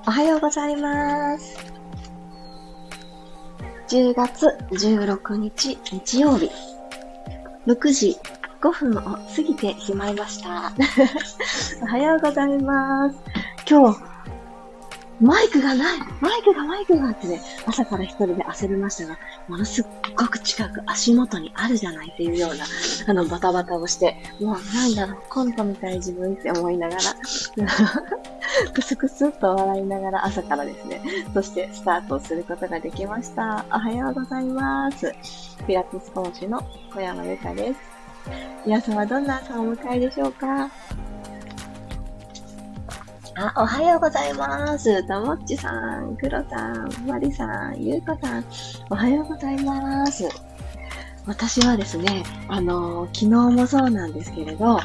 おはようございます。10月16日日曜日、6時5分を過ぎてしまいました。おはようございます。今日、マイクがってね、朝から一人で焦りましたが、ものすっごく近く足元にあるじゃないっていうような、バタバタをして、もうなんだろう、コントみたい自分って思いながら、クスクスっと笑いながら朝からですね、そしてスタートをすることができました。おはようございます。ピラティス講師の小山由かです。皆様どんな朝をお迎えでしょうか？おはようございます。ともっちさん、くろさん、まりさん、ゆうこさん、おはようございます。私はですね、昨日もそうなんですけれど、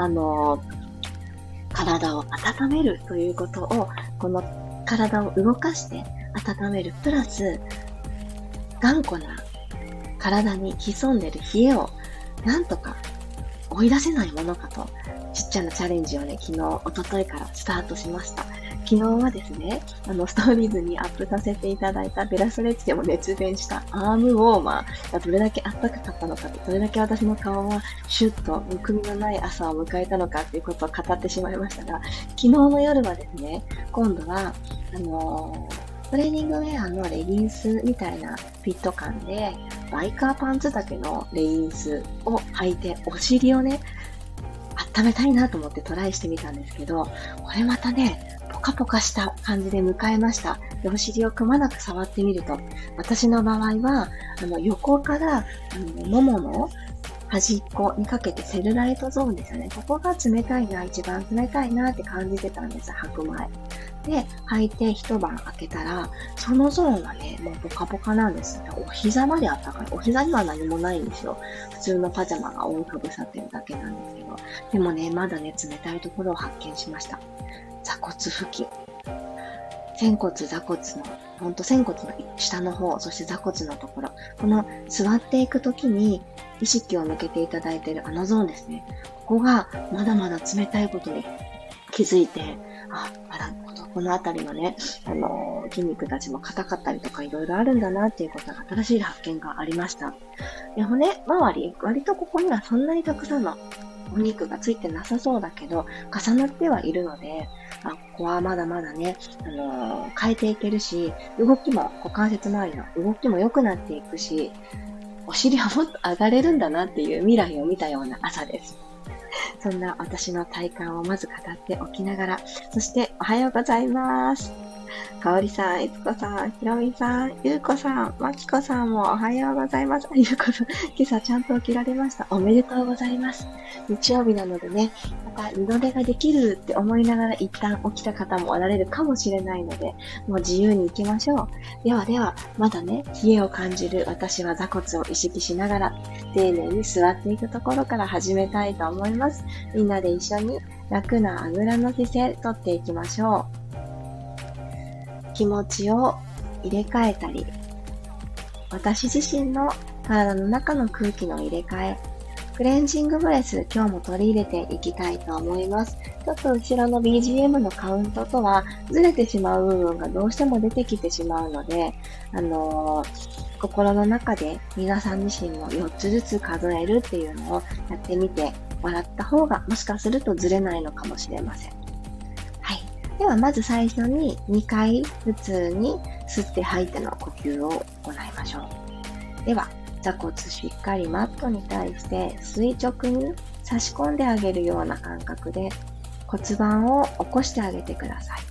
体を温めるということを、この体を動かして温めるプラス、頑固な体に潜んでる冷えをなんとか追い出せないものかと、ちっちゃなチャレンジをね、昨日、一昨日からスタートしました。昨日はですね、ストーリーズにアップさせていただいたベラスレッチでも熱弁したアームウォーマーがどれだけ暖かかったのか、どれだけ私の顔はシュッとむくみのない朝を迎えたのかっていうことを語ってしまいましたが、昨日の夜はですね、今度は、トレーニングウェアのレギンスみたいなフィット感で、バイカーパンツ丈のレギンスを履いて、お尻をね、温めたいなと思ってトライしてみたんですけど、これまたね、ポカポカした感じで迎えました。で、お尻をくまなく触ってみると、私の場合は、横から、ももの端っこにかけてセルライトゾーンですよね。ここが冷たいな、一番冷たいなって感じてたんです、履く前。で、履いて一晩開けたら、そのゾーンはね、もうポカポカなんです。お膝まであったかい。お膝には何もないんですよ。普通のパジャマが覆いかぶさってるだけなんですけど。でもね、まだね、冷たいところを発見しました。座骨付近。仙骨、座骨の、ほんと仙骨の下の方、そして座骨のところ。この座っていくときに意識を向けていただいているあのゾーンですね。ここがまだまだ冷たいことに気づいて、このあたりのね、筋肉たちも硬かったりとかいろいろあるんだなっていうことが新しい発見がありました。で、骨周り、割とここにはそんなにたくさんのお肉がついてなさそうだけど、重なってはいるので、ここはまだまだね、変えていけるし、動きも、股関節周りの動きも良くなっていくし、お尻はもっと上がれるんだなっていう未来を見たような朝です。そんな私の体感をまず語っておきながら、そしておはようございます。かおりさん、いつこさん、ひろみさん、ゆうこさん、まきこさんもおはようございます。ゆうこさん、今朝ちゃんと起きられました。おめでとうございます。日曜日なのでね、また二度寝ができるって思いながら一旦起きた方もおられるかもしれないので、もう自由に行きましょう。では、まだね、冷えを感じる私は座骨を意識しながら、丁寧に座っていくところから始めたいと思います。みんなで一緒に楽なあぐらの姿勢とっていきましょう。気持ちを入れ替えたり、私自身の体の中の空気の入れ替え、クレンジングブレス、今日も取り入れていきたいと思います。ちょっと後ろの BGM のカウントとはずれてしまう部分がどうしても出てきてしまうので、心の中で皆さん自身も4つずつ数えるっていうのをやってみてもらった方がもしかするとずれないのかもしれません。ではまず最初に2回普通に吸って吐いての呼吸を行いましょう。では座骨しっかりマットに対して垂直に差し込んであげるような感覚で骨盤を起こしてあげてください。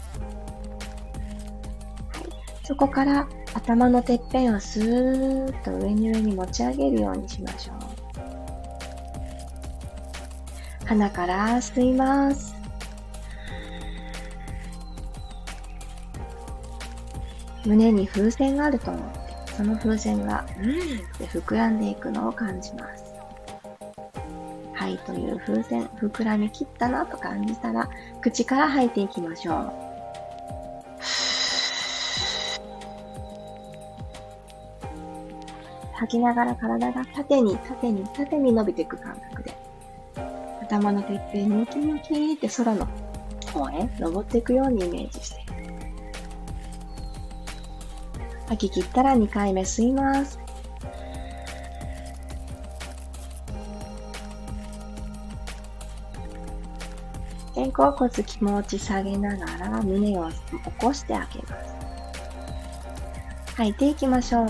そこから頭のてっぺんをスーッと上に持ち上げるようにしましょう。鼻から吸います。胸に風船があると思って、その風船がって膨らんでいくのを感じます。はいという風船、膨らみきったなと感じたら、口から吐いていきましょう。吐きながら体が縦に伸びていく感覚で、頭のてっぺんニョキニョキって空の方へ登っていくようにイメージして、 吐き切ったら2回目吸います。肩甲骨気持ち下げながら胸を起こしてあげます。吐いていきましょう。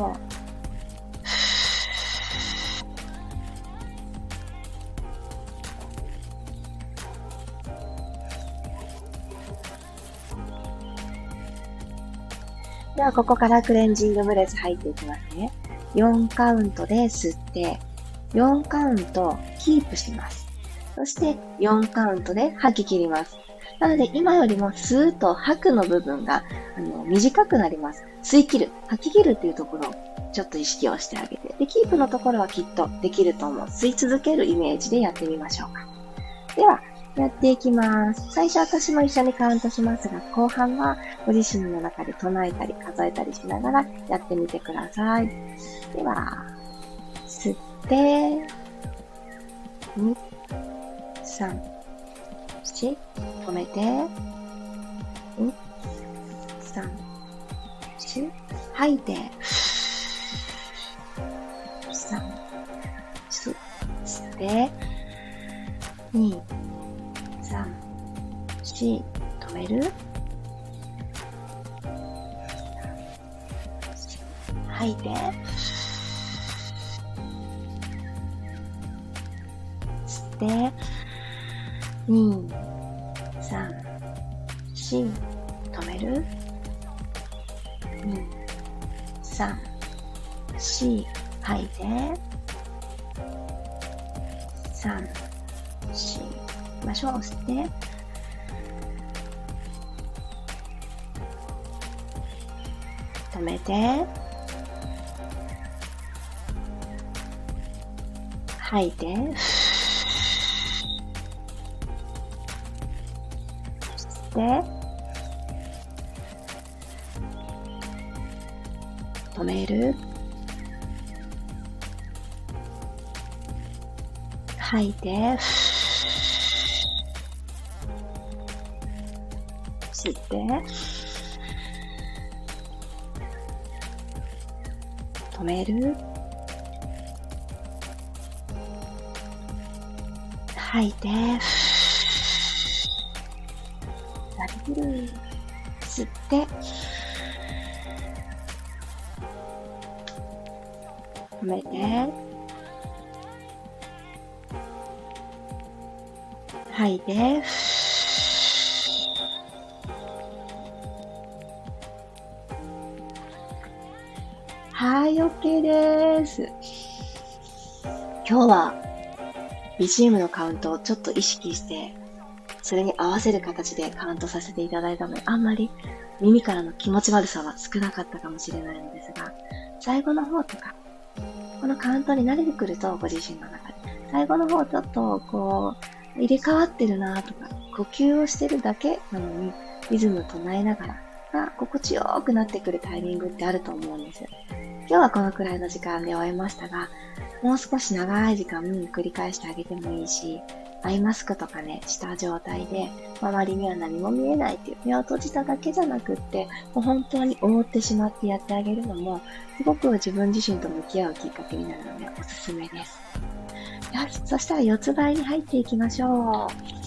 ではここからクレンジングブレス入っていきますね。4カウントで吸って、4カウントキープします。そして4カウントで吐き切ります。なので今よりも吸うと吐くの部分が短くなります。吸い切る、吐き切るっていうところをちょっと意識をしてあげて。で、キープのところはきっとできると思う。吸い続けるイメージでやってみましょうか。では、やっていきます。最初私も一緒にカウントしますが、後半はご自身の中で唱えたり数えたりしながらやってみてください。では、吸って、2、3、4、止めて、2、3、4、吐いて、3、4、吸って、2、3、4、止める。吐いて。吸って。2、3、4、止める。2、3、4、吐いて。3、4、いきましょう。吸って。止めて。吐いて。吸って。止める。吐いて。吸って。止める。吐いて。吐き切る。吸って。止めて。吐いて。はい、OK です。今日は BGM のカウントをちょっと意識して、それに合わせる形でカウントさせていただいたので、あんまり耳からの気持ち悪さは少なかったかもしれないのですが、最後の方とか、このカウントに慣れてくると、ご自身の中で、最後の方ちょっと入れ替わってるなとか、呼吸をしてるだけなのに、リズム唱えながらが心地よくなってくるタイミングってあると思うんです。今日はこのくらいの時間で終えましたが、もう少し長い時間繰り返してあげてもいいし、アイマスクとかね、した状態で、周りには何も見えないっていう、目を閉じただけじゃなくって、もう本当に覆ってしまってやってあげるのも、すごく自分自身と向き合うきっかけになるので、おすすめです。よし、そしたら四つ倍に入っていきましょう。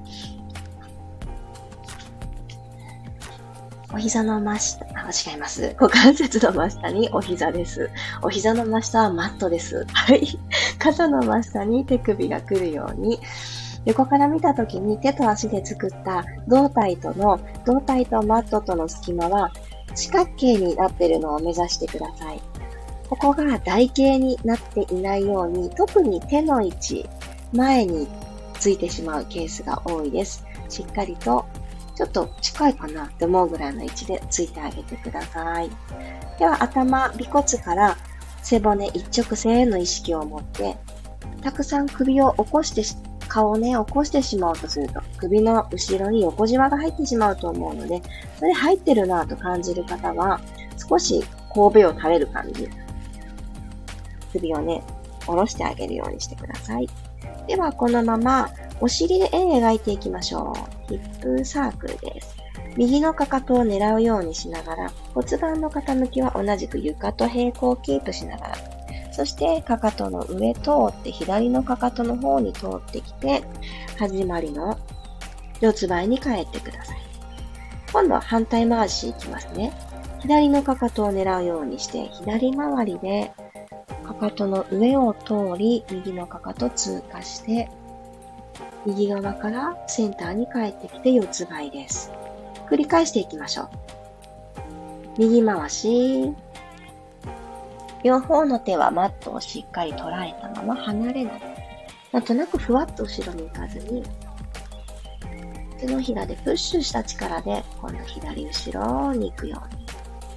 お膝の真下、違います。股関節の真下にお膝です。お膝の真下はマットです。はい。肩の真下に手首が来るように、横から見たときに手と足で作った胴体とマットとの隙間は四角形になっているのを目指してください。ここが台形になっていないように、特に手の位置、前についてしまうケースが多いです。しっかりとちょっと近いかなって思うぐらいの位置でついてあげてください。では頭、尾骨から背骨一直線への意識を持って、たくさん首を起こして、顔をね、起こしてしまおうとすると、首の後ろに横じわが入ってしまうと思うので、それ入ってるなと感じる方は、少し神戸を垂れる感じ。首をね、下ろしてあげるようにしてください。では、このまま、お尻で円描いていきましょう。ヒップサークルです。 右のかかとを狙うようにしながら、骨盤の傾きは同じく床と平行をキープしながら、そしてかかとの上通って左のかかとの方に通ってきて、始まりの四つ倍に帰ってください。今度は反対回しいきますね。左のかかとを狙うようにして、左回りでかかとの上を通り、右のかかと通過して、右側からセンターに帰ってきて四つ倍です。繰り返していきましょう。右回し。両方の手はマットをしっかり捉えたまま離れない。なんとなくふわっと後ろに行かずに、手のひらでプッシュした力で、今度左後ろに行くように。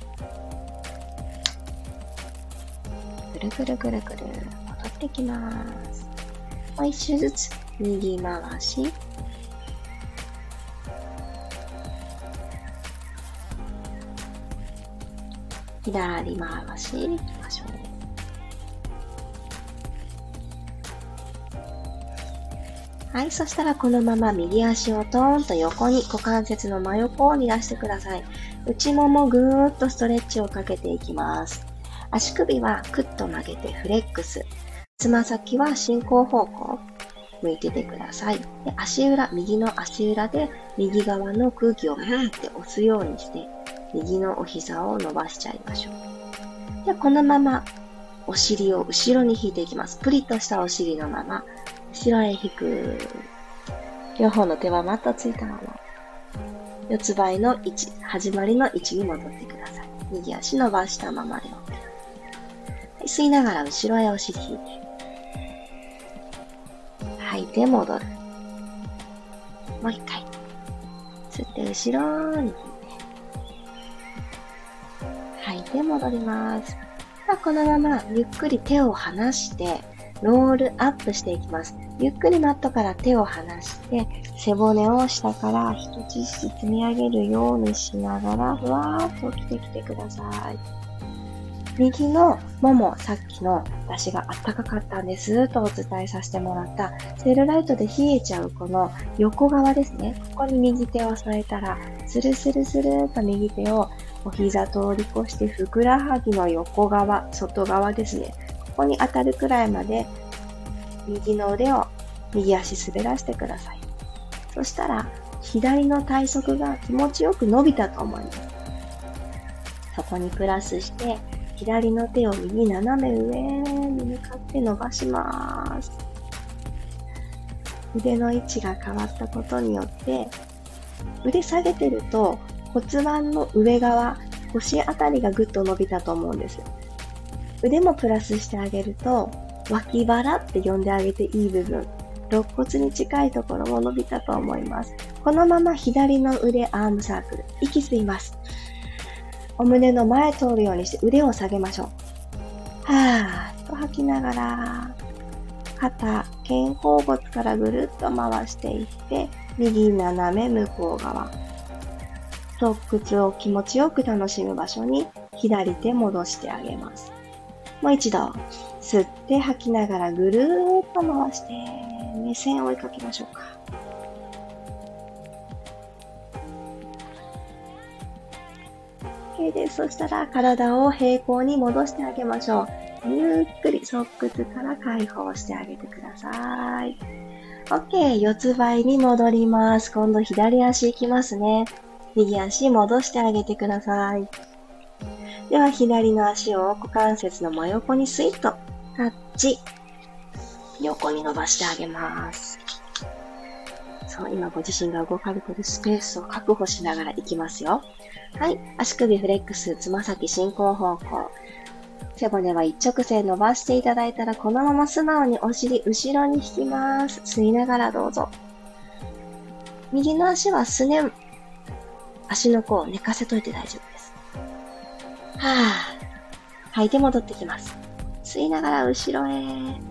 ぐるぐるぐるぐる戻ってきます。もう一周ずつ右回し。左回しいきましょう。はい、そしたらこのまま右足をトーンと横に股関節の真横に出してください。内ももぐーっとストレッチをかけていきます。足首はクッと曲げてフレックス。つま先は進行方向向いててください。で、足裏、右の足裏で右側の空気をって押すようにして、右のお膝を伸ばしちゃいましょう。で、このままお尻を後ろに引いていきます。プリッとしたお尻のまま、後ろへ引く。両方の手はマットついたまま。四つ倍の位置、始まりの位置に戻ってください。右足伸ばしたままで OK。はい、吸いながら後ろへお尻引いて。吐いて戻る。もう一回。吸って後ろに引いて。吐いて戻ります。このままゆっくり手を離して、ロールアップしていきます。ゆっくりマットから手を離して、背骨を下から一つずつ積み上げるようにしながら、ふわーっと起きてきてください。右のもも、さっきの私があったかかったんですとお伝えさせてもらった、セルライトで冷えちゃうこの横側ですね。ここに右手を添えたら、スルスルスルーと右手をお膝通り越してふくらはぎの横側、外側ですね。ここに当たるくらいまで右の腕を右足滑らしてください。そしたら左の体側が気持ちよく伸びたと思います。そこにプラスして左の手を右斜め上に向かって伸ばします。腕の位置が変わったことによって腕下げてると骨盤の上側、腰あたりがぐっと伸びたと思うんです。腕もプラスしてあげると、脇腹って呼んであげていい部分、肋骨に近いところも伸びたと思います。このまま左の腕アームサークル、息吸います。お胸の前通るようにして腕を下げましょう。はーっと吐きながら、肩、肩甲骨からぐるっと回していって、右斜め向こう側。側屈を気持ちよく楽しむ場所に左手戻してあげます。もう一度、吸って吐きながらぐるーっと回して、目線を追いかけましょうか。OK です。そしたら体を平行に戻してあげましょう。ゆっくり側屈から解放してあげてください。OK、四つ倍に戻ります。今度左足行きますね。右足戻してあげてください。では左の足を股関節の真横にスイッとタッチ。横に伸ばしてあげます。そう、今ご自身が動かれているスペースを確保しながら行きますよ。はい。足首フレックス、つま先進行方向。背骨は一直線伸ばしていただいたら、このまま素直にお尻後ろに引きます。吸いながらどうぞ。右の足はすね、足の甲を寝かせといて大丈夫です。はぁ。吐いて戻ってきます。吸いながら後ろへ。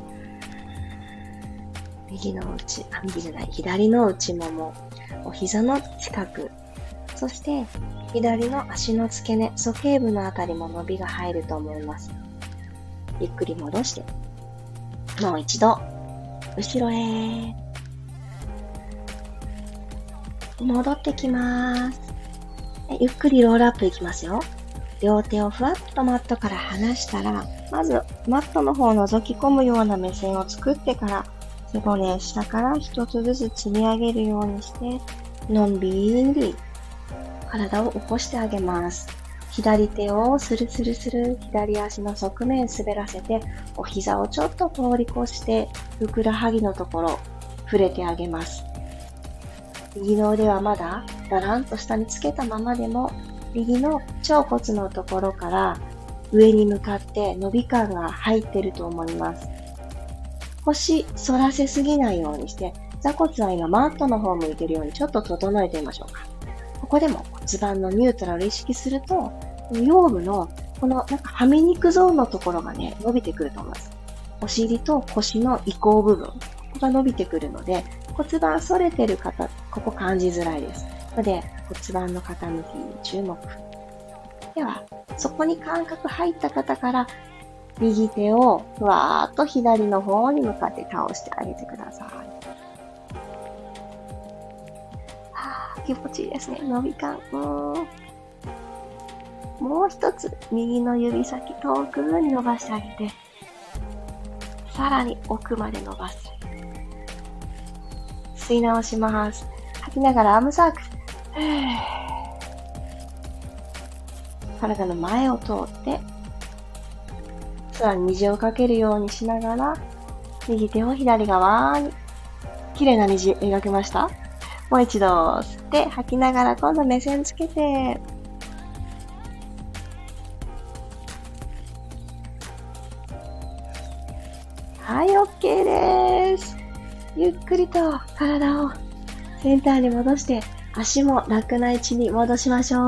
右の内、右じゃない、左の内もも、お膝の近く、そして左の足の付け根、鼠径部のあたりも伸びが入ると思います。ゆっくり戻して、もう一度、後ろへ。戻ってきます。 ゆっくりロールアップいきますよ。両手をふわっとマットから離したら、まずマットの方を覗き込むような目線を作ってから、背骨下から一つずつ積み上げるようにして、のんびり体を起こしてあげます。左手をスルスルスル、左足の側面滑らせて、お膝をちょっと通り越して、ふくらはぎのところ、触れてあげます。右の腕はまだだらんと下につけたままでも、右の腸骨のところから上に向かって伸び感が入ってると思います。腰反らせすぎないようにして、座骨は今マットの方向いてるようにちょっと整えてみましょうか。ここでも骨盤のニュートラルを意識すると、腰部のこのはみ肉ゾーンのところがね、伸びてくると思います。お尻と腰の移行部分、ここが伸びてくるので、骨盤反れてる方、ここ感じづらいです。ので、骨盤の傾きに注目。では、そこに感覚入った方から、右手をふわーっと左の方に向かって倒してあげてください。気持ちいいですね。伸び感。もう一つ、右の指先遠くに伸ばしてあげて、さらに奥まで伸ばす。吸い直します。吐きながらアームサークル。体の前を通って、空に虹をかけるようにしながら、右手を左側に、綺麗な虹描けました？もう一度吸って吐きながら今度目線つけて、はい、OK です。ゆっくりと体をセンターに戻して、足も楽な位置に戻しましょう。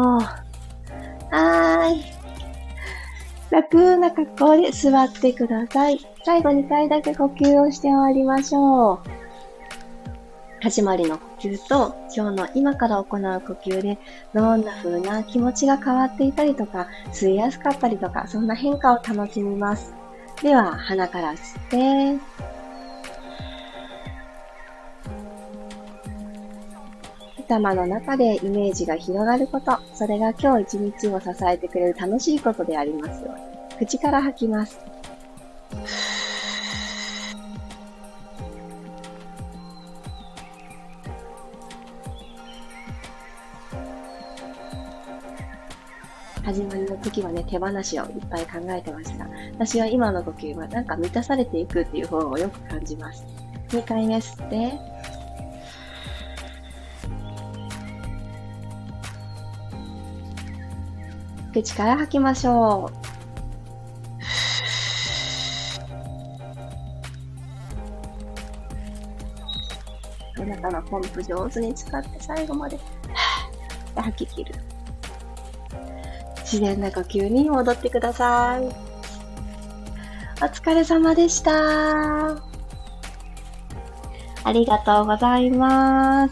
楽な格好で座ってください。最後2回だけ呼吸をして終わりましょう。始まりの呼吸と今日の今から行う呼吸でどんな風な気持ちが変わっていたりとか吸いやすかったりとかそんな変化を楽しみます。では鼻から吸って頭の中でイメージが広がること、それが今日一日を支えてくれる楽しいことでありますように。口から吐きます。始まりの時はね、手放しをいっぱい考えてました。私は今の呼吸は満たされていくっていう方をよく感じます。2回目吸って、口から吐きましょう。お腹のポンプ上手に使って最後まで吐き切る。自然な呼吸に戻ってください。お疲れ様でした。ありがとうございます。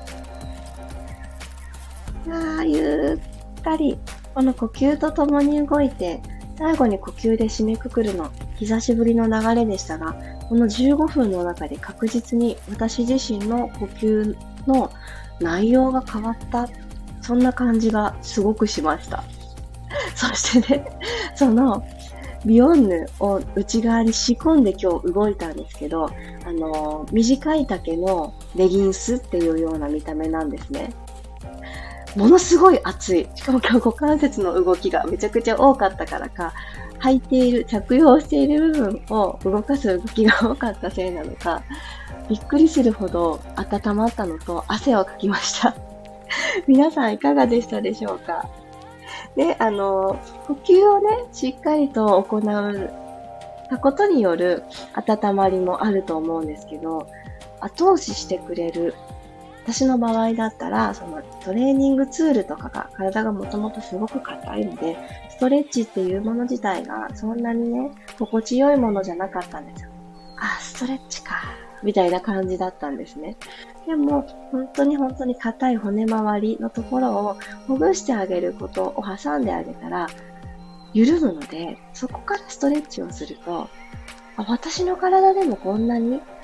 ゆったりこの呼吸とともに動いて、最後に呼吸で締めくくるの、久しぶりの流れでしたが、この15分の中で確実に私自身の呼吸の内容が変わった、そんな感じがすごくしました。そしてね、そのビヨンヌを内側に仕込んで今日動いたんですけど、短い丈のレギンスっていうような見た目なんですね。ものすごい熱い。しかも今日股関節の動きがめちゃくちゃ多かったからか、履いている、着用している部分を動かす動きが多かったせいなのか、びっくりするほど温まったのと汗をかきました。皆さんいかがでしたでしょうか？で、呼吸をね、しっかりと行うことによる温まりもあると思うんですけど、後押ししてくれる。私の場合だったら、そのトレーニングツールとかが体がもともとすごく硬いので、ストレッチっていうもの自体がそんなにね、心地よいものじゃなかったんですよ。ストレッチか、みたいな感じだったんですね。でも、本当に硬い骨周りのところをほぐしてあげることを挟んであげたら、緩むので、そこからストレッチをすると、私の体でもこんなに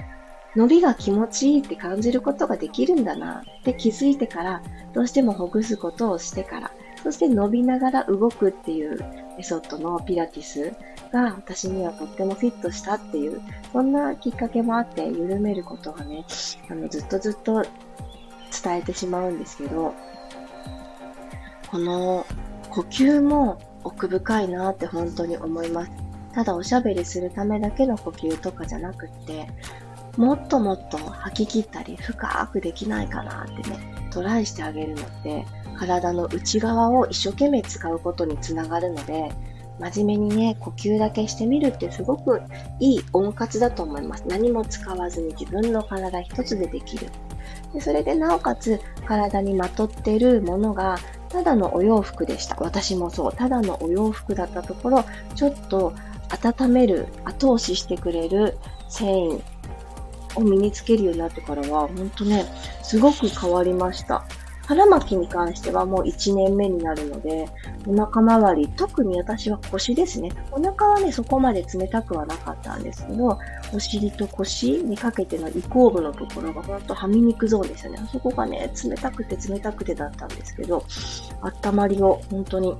伸びが気持ちいいって感じることができるんだなって気づいてから、どうしてもほぐすことをしてから、そして伸びながら動くっていうメソッドのピラティスが私にはとってもフィットしたっていう、そんなきっかけもあって緩めることがね、ずっと伝えてしまうんですけど、この呼吸も奥深いなって本当に思います。ただおしゃべりするためだけの呼吸とかじゃなくって、もっともっと吐き切ったり深くできないかなってね、トライしてあげるのって、体の内側を一生懸命使うことにつながるので、真面目にね、呼吸だけしてみるってすごくいい温活だと思います。何も使わずに自分の体一つでできる。でそれでなおかつ体にまとっているものがただのお洋服でした。私もそう、ただのお洋服だったところ、ちょっと温める、後押ししてくれる繊維を身につけるようになってからは、ほんとね、すごく変わりました。腹巻きに関してはもう1年目になるので、お腹周り、特に私は腰ですね。お腹はね、そこまで冷たくはなかったんですけど、お尻と腰にかけての移行部のところがほんとはみ肉ゾーンですよね。あそこがね、冷たくてだったんですけど、温まりを本当に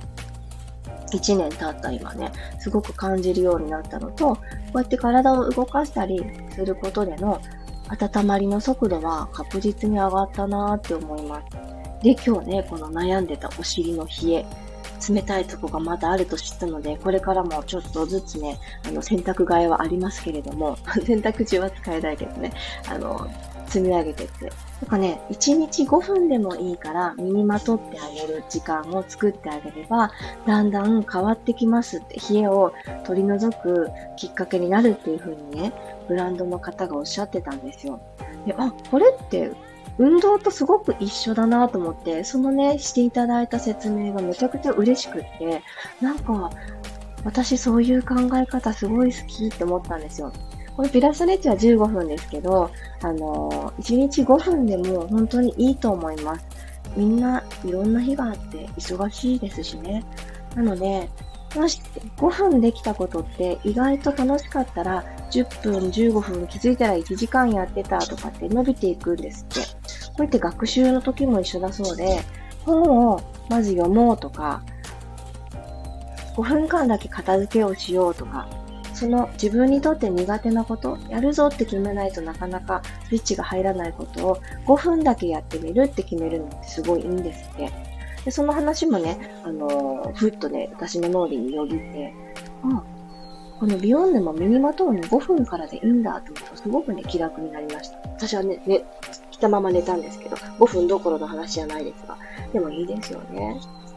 1年経った今ね、すごく感じるようになったのと、こうやって体を動かしたりすることでの温まりの速度は確実に上がったなーって思います。で、今日ね、この悩んでたお尻の冷え、冷たいとこがまだあると知ったので、これからもちょっとずつね、洗濯替えはありますけれども、洗濯中は使えないけどね、積み上げてって。なんかね、1日5分でもいいから身にまとってあげる時間を作ってあげれば、だんだん変わってきますって、冷えを取り除くきっかけになるっていう風にね、ブランドの方がおっしゃってたんですよ。で、これって運動とすごく一緒だなと思って、そのね、していただいた説明がめちゃくちゃ嬉しくって、なんか、私そういう考え方すごい好きって思ったんですよ。このピラストレッチは15分ですけど、1日5分でも本当にいいと思います。みんないろんな日があって忙しいですしね。なので、もし5分できたことって意外と楽しかったら10分、15分気づいたら1時間やってたとかって伸びていくんですって。こうやって学習の時も一緒だそうで、本をまず読もうとか、5分間だけ片付けをしようとか、その自分にとって苦手なこと、やるぞって決めないとなかなかスイッチが入らないことを5分だけやってみるって決めるのってすごいいいんですって。で、その話もね、ふっとね、私の脳裏によぎって、このビヨンでも身にまとうの5分からでいいんだと思うとすごくね、気楽になりました。私はね、来たまま寝たんですけど、5分どころの話じゃないですが、でもいいですよね。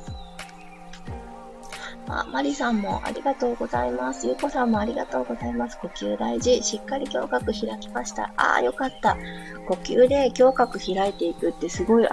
マリさんもありがとうございます。ゆうこさんもありがとうございます。呼吸大事。しっかり胸郭開きました。よかった。呼吸で胸郭開いていくってすごい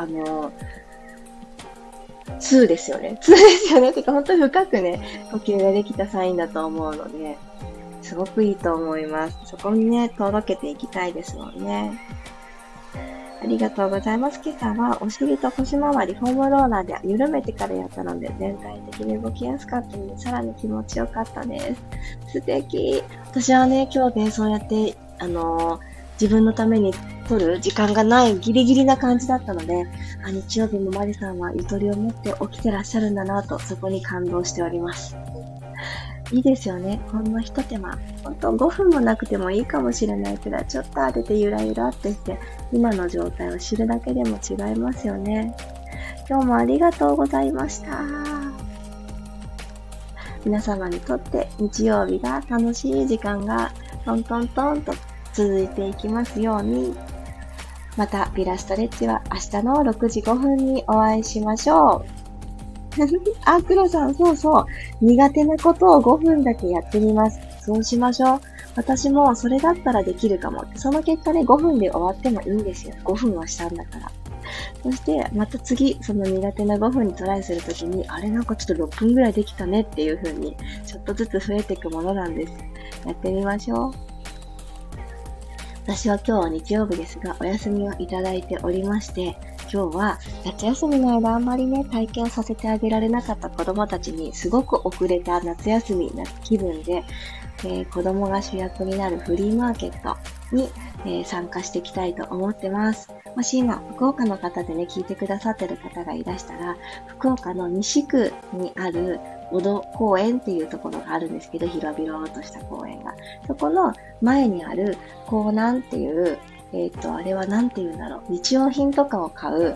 2ですよね。2ですよね。てか本当に深くね、呼吸ができたサインだと思うので、すごくいいと思います。そこにね、届けていきたいですもんね。ありがとうございます。今朝はお尻と腰回りフォームローラーで緩めてからやったので全体的に動きやすかったのでさらに気持ちよかったです。素敵。私はね、今日ね、そうやって自分のために取る時間がないギリギリな感じだったので、日曜日もマリさんはゆとりを持って起きてらっしゃるんだなと、そこに感動しております。いいですよね。ほんの一手間。本当5分もなくてもいいかもしれないけど、ちょっと当ててゆらゆらってして、今の状態を知るだけでも違いますよね。今日もありがとうございました。皆様にとって日曜日が楽しい時間がトントントンと続いていきますように。またピラストレッチは明日の6時5分にお会いしましょう。黒さん、そうそう。苦手なことを5分だけやってみます。そうしましょう。私もそれだったらできるかも。その結果ね、5分で終わってもいいんですよ。5分はしたんだから。そして、また次、その苦手な5分にトライするときに、なんかちょっと6分ぐらいできたねっていう風に、ちょっとずつ増えていくものなんです。やってみましょう。私は今日は日曜日ですが、お休みをいただいておりまして、今日は夏休みの間あんまりね、体験させてあげられなかった子供たちにすごく遅れた夏休みな気分で、子供が主役になるフリーマーケットに参加していきたいと思ってます。もし今、福岡の方でね、聞いてくださってる方がいらしたら、福岡の西区にある小戸公園っていうところがあるんですけど、広々とした公園が。そこの前にある港南っていう、あれはなんて言うんだろう、日用品とかを買う、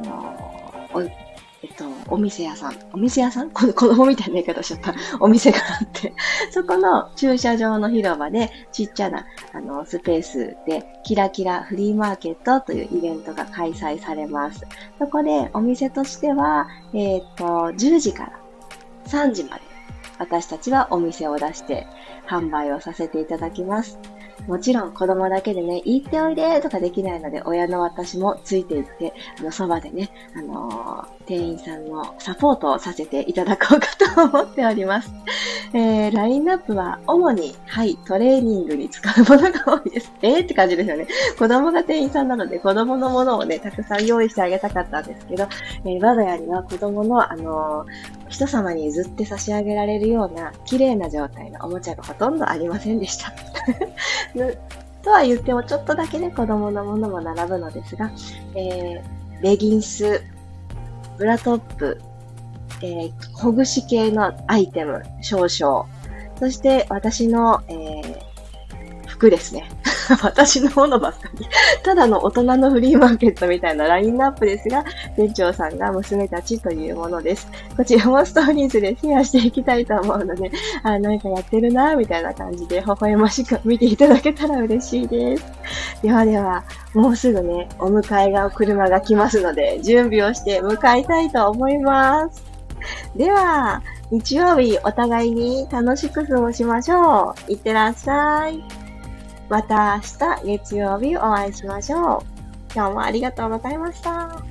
お店屋さん子供みたいな言い方しちゃった。お店があって、そこの駐車場の広場でちっちゃな、スペースでキラキラフリーマーケットというイベントが開催されます。そこでお店としては、10時から3時まで私たちはお店を出して販売をさせていただきます。もちろん子供だけでね、行っておいでとかできないので、親の私もついていって、そばでね、店員さんのサポートをさせていただこうかと思っております。ラインナップは主に、はい、トレーニングに使うものが多いです。って感じですよね。子供が店員さんなので、子供のものをね、たくさん用意してあげたかったんですけど、我が家には子供の、人様に譲って差し上げられるような綺麗な状態のおもちゃがほとんどありませんでした。とは言ってもちょっとだけね、子供のものも並ぶのですが、レギンス、ブラトップ、ほぐし系のアイテム少々、そして私の、服ですね。私のものばっかり。ただの大人のフリーマーケットみたいなラインナップですが、店長さんが娘たちというものです。こちらもストーリーズでシェアしていきたいと思うので、何かやってるなみたいな感じで微笑ましく見ていただけたら嬉しいです。ではでは、もうすぐね、お迎えが車が来ますので、準備をして向かいたいと思います。では、日曜日お互いに楽しく過ごしましょう。いってらっしゃい。また明日月曜日お会いしましょう。今日もありがとうございました。